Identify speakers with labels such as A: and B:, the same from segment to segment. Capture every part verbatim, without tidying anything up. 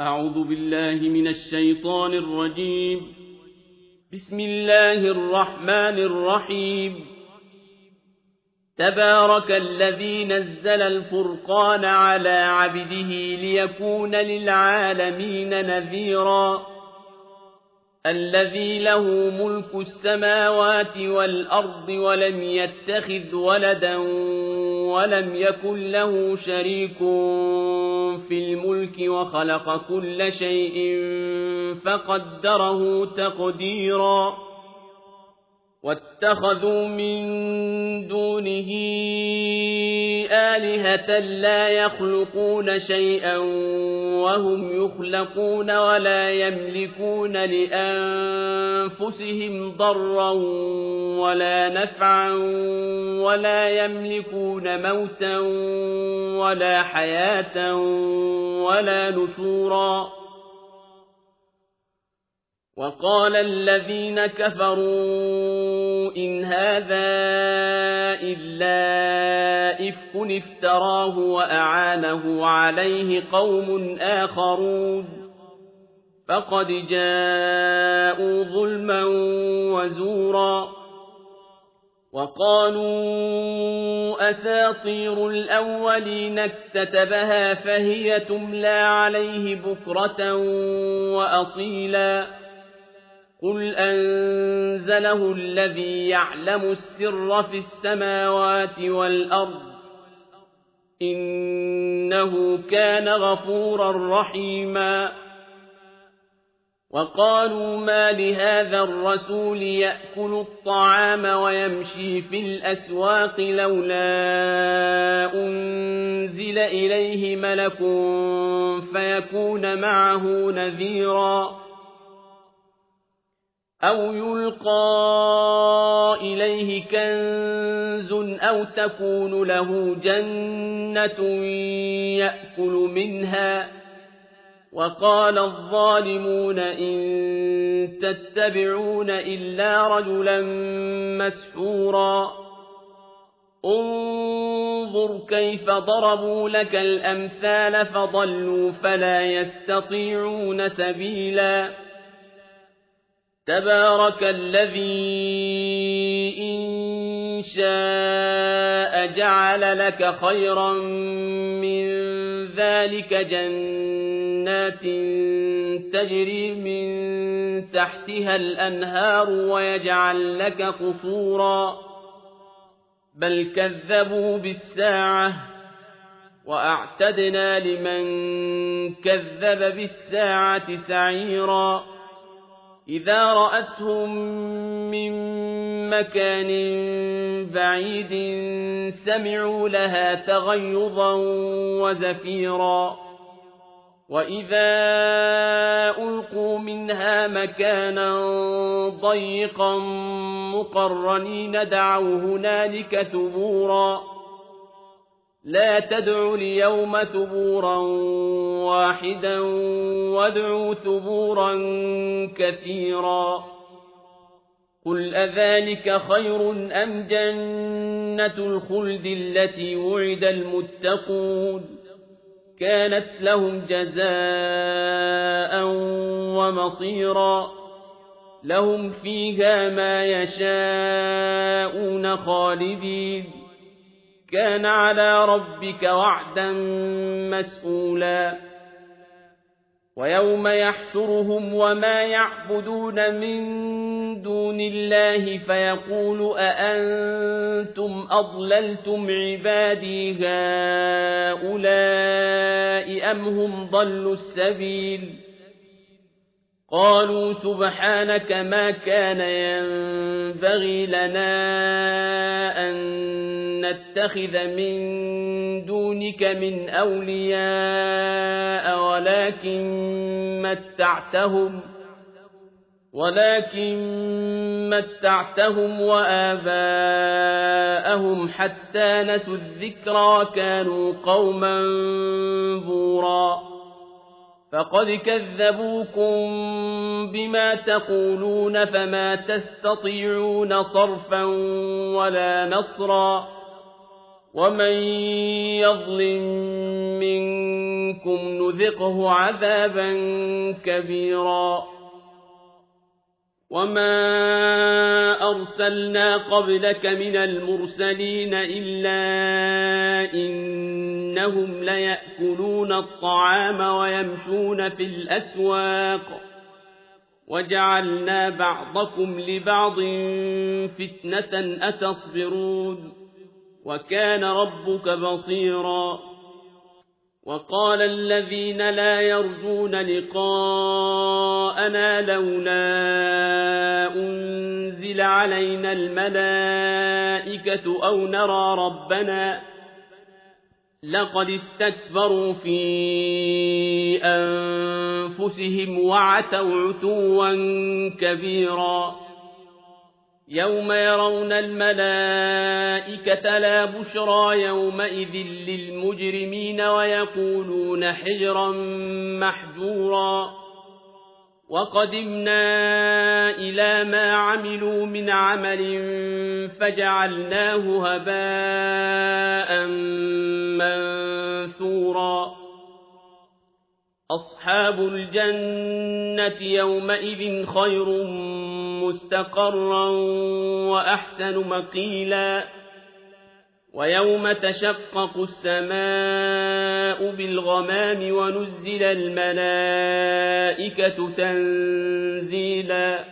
A: أعوذ بالله من الشيطان الرجيم. بسم الله الرحمن الرحيم. تبارك الذي نزل الفرقان على عبده ليكون للعالمين نذيرا. الذي له ملك السماوات والأرض ولم يتخذ ولدا ولم يكن له شريك في الملك وخلق كل شيء فقدره تقديرا. واتخذوا من دونه آلهة لا يخلقون شيئا وهم يخلقون ولا يملكون لأنفسهم ضرا ولا نفعا ولا يملكون موتا ولا حياة ولا نشورا. وقال الذين كفروا إن هذا إلا إفك افتراه وأعانه عليه قوم آخرون فقد جاءوا ظلما وزورا. وقالوا أساطير الأولين اكتتبها فهي تملى عليه بكرة وأصيلا. قل أنزله الذي يعلم السر في السماوات والأرض إنه كان غفورا رحيما. وقالوا ما لهذا الرسول يأكل الطعام ويمشي في الأسواق لولا أنزل إليه ملك فيكون معه نذيرا أو يلقى إليه كنز أو تكون له جنة يأكل منها. وقال الظالمون إن تتبعون إلا رجلا مسحورا. انظر كيف ضربوا لك الأمثال فضلوا فلا يستطيعون سبيلا. تبارك الذي إن شاء جعل لك خيرا من ذلك جنات تجري من تحتها الأنهار ويجعل لك قصورا. بل كذبوا بالساعة وأعتدنا لمن كذب بالساعة سعيرا. إذا رأتهم من مكان بعيد سمعوا لها تغيظا وزفيرا. وإذا ألقوا منها مكانا ضيقا مقرنين دعوا هنالك ثبورا. لا تدعوا اليوم ثبورا واحدا وادعوا ثبورا كثيرا. قل أذلك خير أم جنة الخلد التي وعد المتقون كانت لهم جزاء ومصيرا. لهم فيها ما يشاءون خالدين كان على ربك وعدا مسئولا. ويوم يحشرهم وما يعبدون من دون الله فيقول أأنتم أضللتم عبادي هؤلاء أم هم ضلوا السبيل. قالوا سبحانك ما كان ينبغي لنا أن نتخذ من دونك من أولياء ولكن متعتهم ولكن متعتهم وآباءهم حتى نسوا الذكرى كانوا قوما بورا. فقد كذبوكم بما تقولون فما تستطيعون صرفا ولا نصرا. ومن يظلم منكم منكم نذقه عذابا كبيرا وما أرسلنا قبلك من المرسلين إلا إنهم ليأكلون الطعام ويمشون في الأسواق وجعلنا بعضكم لبعض فتنة أتصبرون وكان ربك بصيرا وقال الذين لا يرجون لقاءنا لولا أنزل علينا الملائكة أو نرى ربنا لقد استكبروا في أنفسهم وعتوا عتوا كبيرا يوم يرون الملائكة لا بشرى يومئذ للمجرمين ويقولون حجرا محجورا وقدمنا إلى ما عملوا من عمل فجعلناه هباء منثورا أصحاب الجنة يومئذ خير مستقرا وأحسن مقيلا ويوم تشقق السماء بالغمام ونزل الملائكة تنزيلا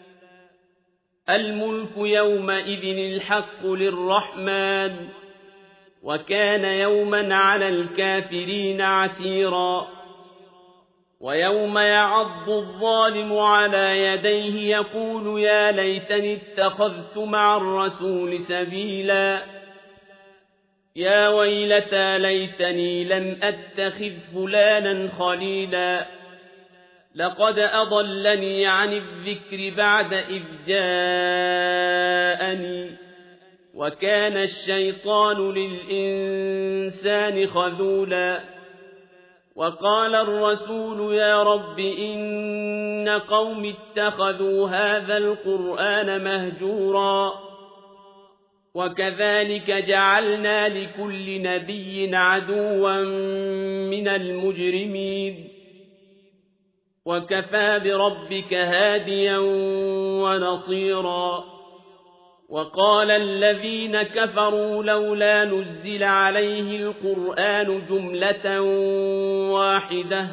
A: الملك يومئذ الحق للرحمن وكان يوما على الكافرين عسيرا ويوم يعض الظالم على يديه يقول يا ليتني اتخذت مع الرسول سبيلا يا ويلتى ليتني لم أتخذ فلانا خليلا لقد أضلني عن الذكر بعد إذ جاءني وكان الشيطان للإنسان خذولا وقال الرسول يا رب إن قوم اتخذوا هذا القرآن مهجورا وكذلك جعلنا لكل نبي عدوا من المجرمين وكفى بربك هاديا ونصيرا وقال الذين كفروا لولا نزل عليه القرآن جملة واحدة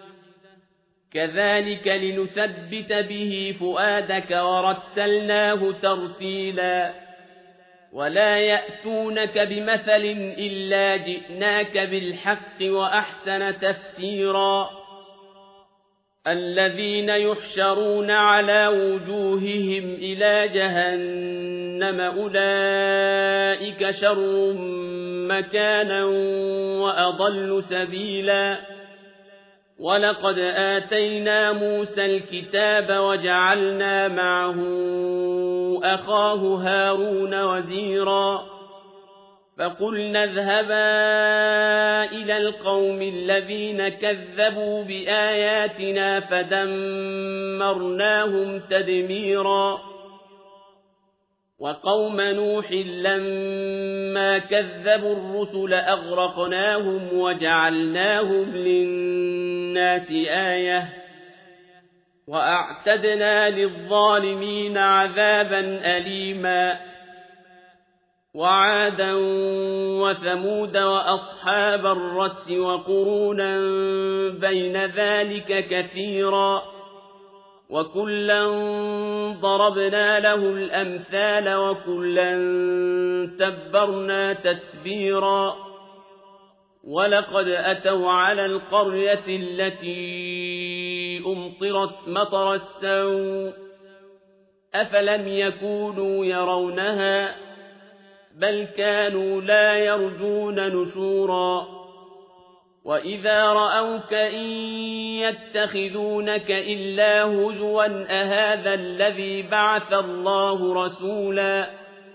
A: كذلك لنثبت به فؤادك ورتلناه ترتيلا ولا يأتونك بمثل إلا جئناك بالحق وأحسن تفسيرا الذين يحشرون على وجوههم إلى جهنم أولئك شر مكانا وأضل سبيلا ولقد آتينا موسى الكتاب وجعلنا معه أخاه هارون وزيرا فقلنا اذهبا إلى القوم الذين كذبوا بآياتنا فدمرناهم تدميرا وقوم نوح لما كذبوا الرسل أغرقناهم وجعلناهم للناس آية وأعتدنا للظالمين عذابا أليما وعادا وثمود وأصحاب الرس وقرونا بين ذلك كثيرا وكلا ضربنا له الأمثال وكلا تبرنا تتبيرا ولقد أتوا على القرية التي أمطرت مطر السوء أفلم يكونوا يرونها بل كانوا لا يرجون نشورا وإذا رأوك إن يتخذونك إلا هزوا أهذا الذي بعث الله رسولا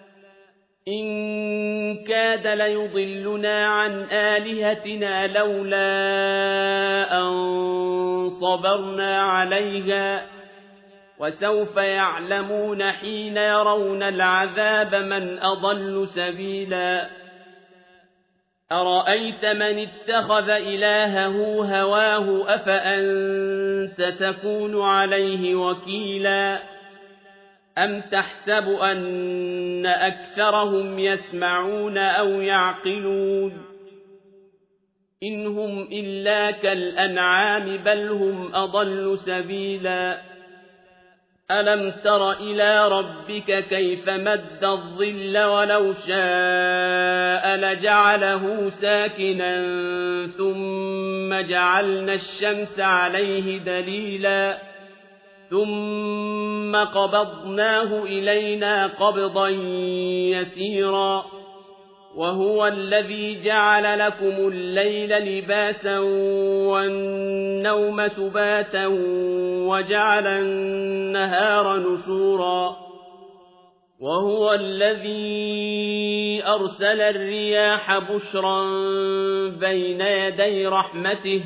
A: إن كاد ليضلنا عن آلهتنا لولا أن صبرنا عليها وسوف يعلمون حين يرون العذاب من أضل سبيلا أرأيت من اتخذ إلهه هواه أفأنت تكون عليه وكيلا أم تحسب أن أكثرهم يسمعون أو يعقلون إن هم إلا كالأنعام بل هم أضل سبيلا ألم تر إلى ربك كيف مد الظل ولو شاء لجعله ساكنا ثم جعلنا الشمس عليه دليلا ثم قبضناه إلينا قبضا يسيرا وهو الذي جعل لكم الليل لباسا والنوم سباتا وجعل النهار نشورا وهو الذي أرسل الرياح بشرا بين يدي رحمته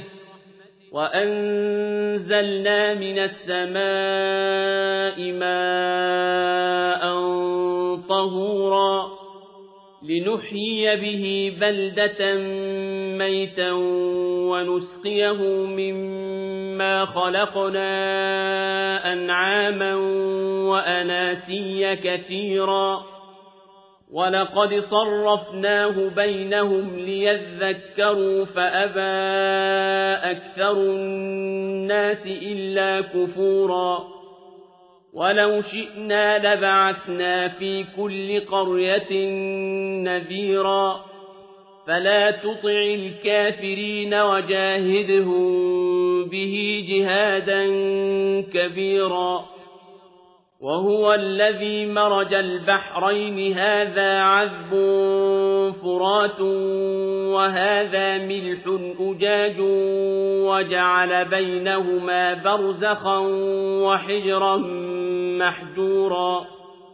A: وأنزلنا من السماء ماء طهورا لنحيي به بلدة ميتا ونسقيه مما خلقنا أنعاما وأناسيا كثيرا ولقد صرفناه بينهم ليذكروا فأبى أكثر الناس إلا كفورا ولو شئنا لبعثنا في كل قرية نذيرا فلا تطع الكافرين وجاهدهم به جهادا كبيرا وهو الذي مرج البحرين هذا عذب فرات وهذا ملح أجاج وجعل بينهما برزخا وحجرا محجورا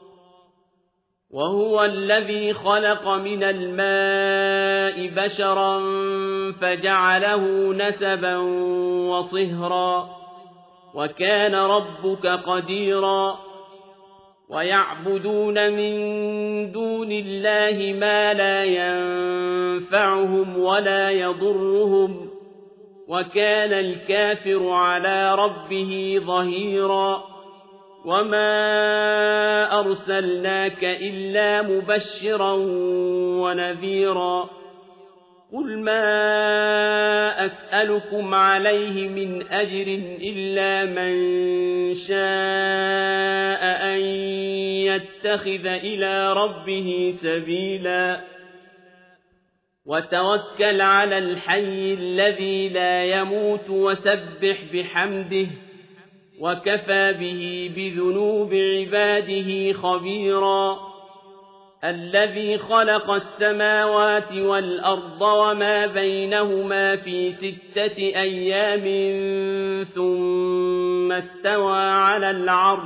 A: وهو الذي خلق من الماء بشرا فجعله نسبا وصهرا وكان ربك قديرا ويعبدون من دون الله ما لا ينفعهم ولا يضرهم وكان الكافر على ربه ظهيرا وما أرسلناك إلا مبشرا ونذيرا قل ما أسألكم عليه من أجر إلا من شاء أن يتخذ إلى ربه سبيلا وتوكل على الحي الذي لا يموت وسبح بحمده وكفى به بذنوب عباده خبيرا الذي خلق السماوات والأرض وما بينهما في ستة أيام ثم استوى على العرش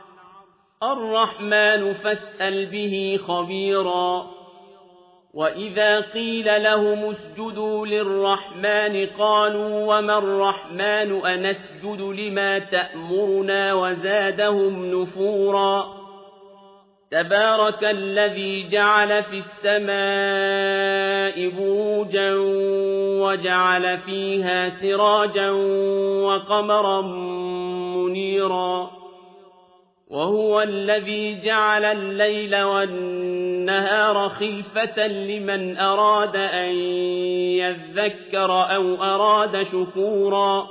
A: الرحمن فاسأل به خبيرا وإذا قيل لهم اسجدوا للرحمن قالوا وما الرحمن أنسجد لما تأمرنا وزادهم نفورا تبارك الذي جعل في السماء بروجا وجعل فيها سراجا وقمرا منيرا وهو الذي جعل الليل والنهار خلفة لمن أراد أن يذكر أو أراد شكورا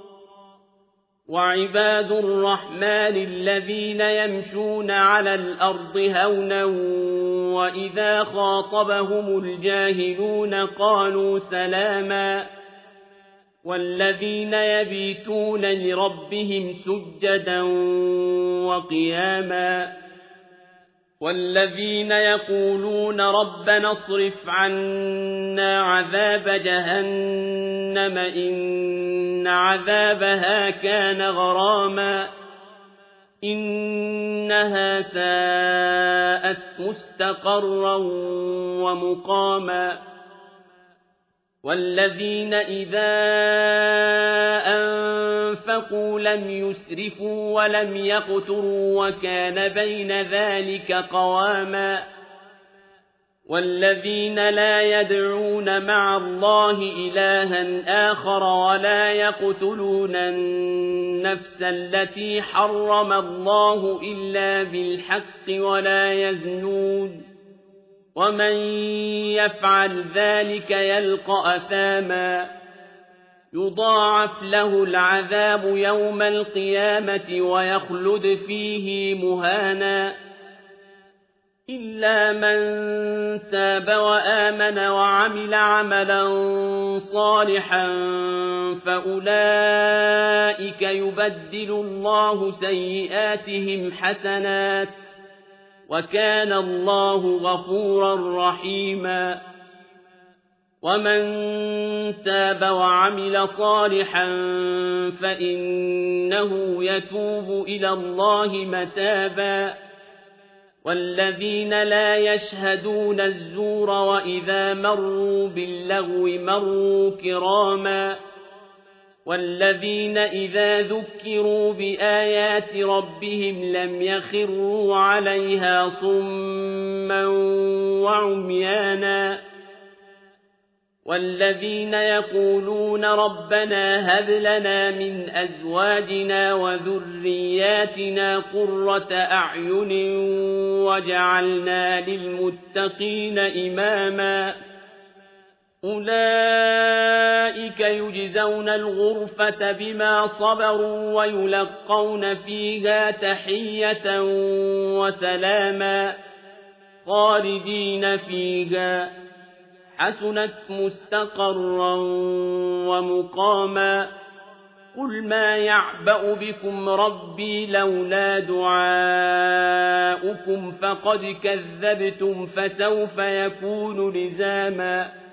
A: وعباد الرحمن الذين يمشون على الأرض هونا وإذا خاطبهم الجاهلون قالوا سلاما والذين يبيتون لربهم سجدا وقياما والذين يقولون ربنا اصرف عنا عذاب جهنم إن عذابها كان غراما إنها ساءت مستقرا ومقاما والذين إذا أنفقوا لم يسرفوا ولم يقتروا وكان بين ذلك قواما والذين لا يدعون مع الله إلها آخر ولا يقتلون النفس التي حرم الله إلا بالحق ولا يزنون ومن يفعل ذلك يلقى أثاما يضاعف له العذاب يوم القيامة ويخلد فيه مهانا إلا من تاب وآمن وعمل عملا صالحا فأولئك يبدل الله سيئاتهم حسنات وكان الله غفورا رحيما ومن تاب وعمل صالحا فإنه يتوب إلى الله متابا والذين لا يشهدون الزور وإذا مروا باللغو مروا كراما والذين إذا ذكروا بآيات ربهم لم يخروا عليها صما وعميانا والذين يقولون ربنا هب لنا من أزواجنا وذرياتنا قرة أعين وجعلنا للمتقين إماما أولئك يجزون الغرفة بما صبروا ويلقون فيها تحية وسلاما خالدين فيها حسنت مستقرا ومقاما قل ما يعبأ بكم ربي لولا دعاؤكم فقد كذبتم فسوف يكون لزاما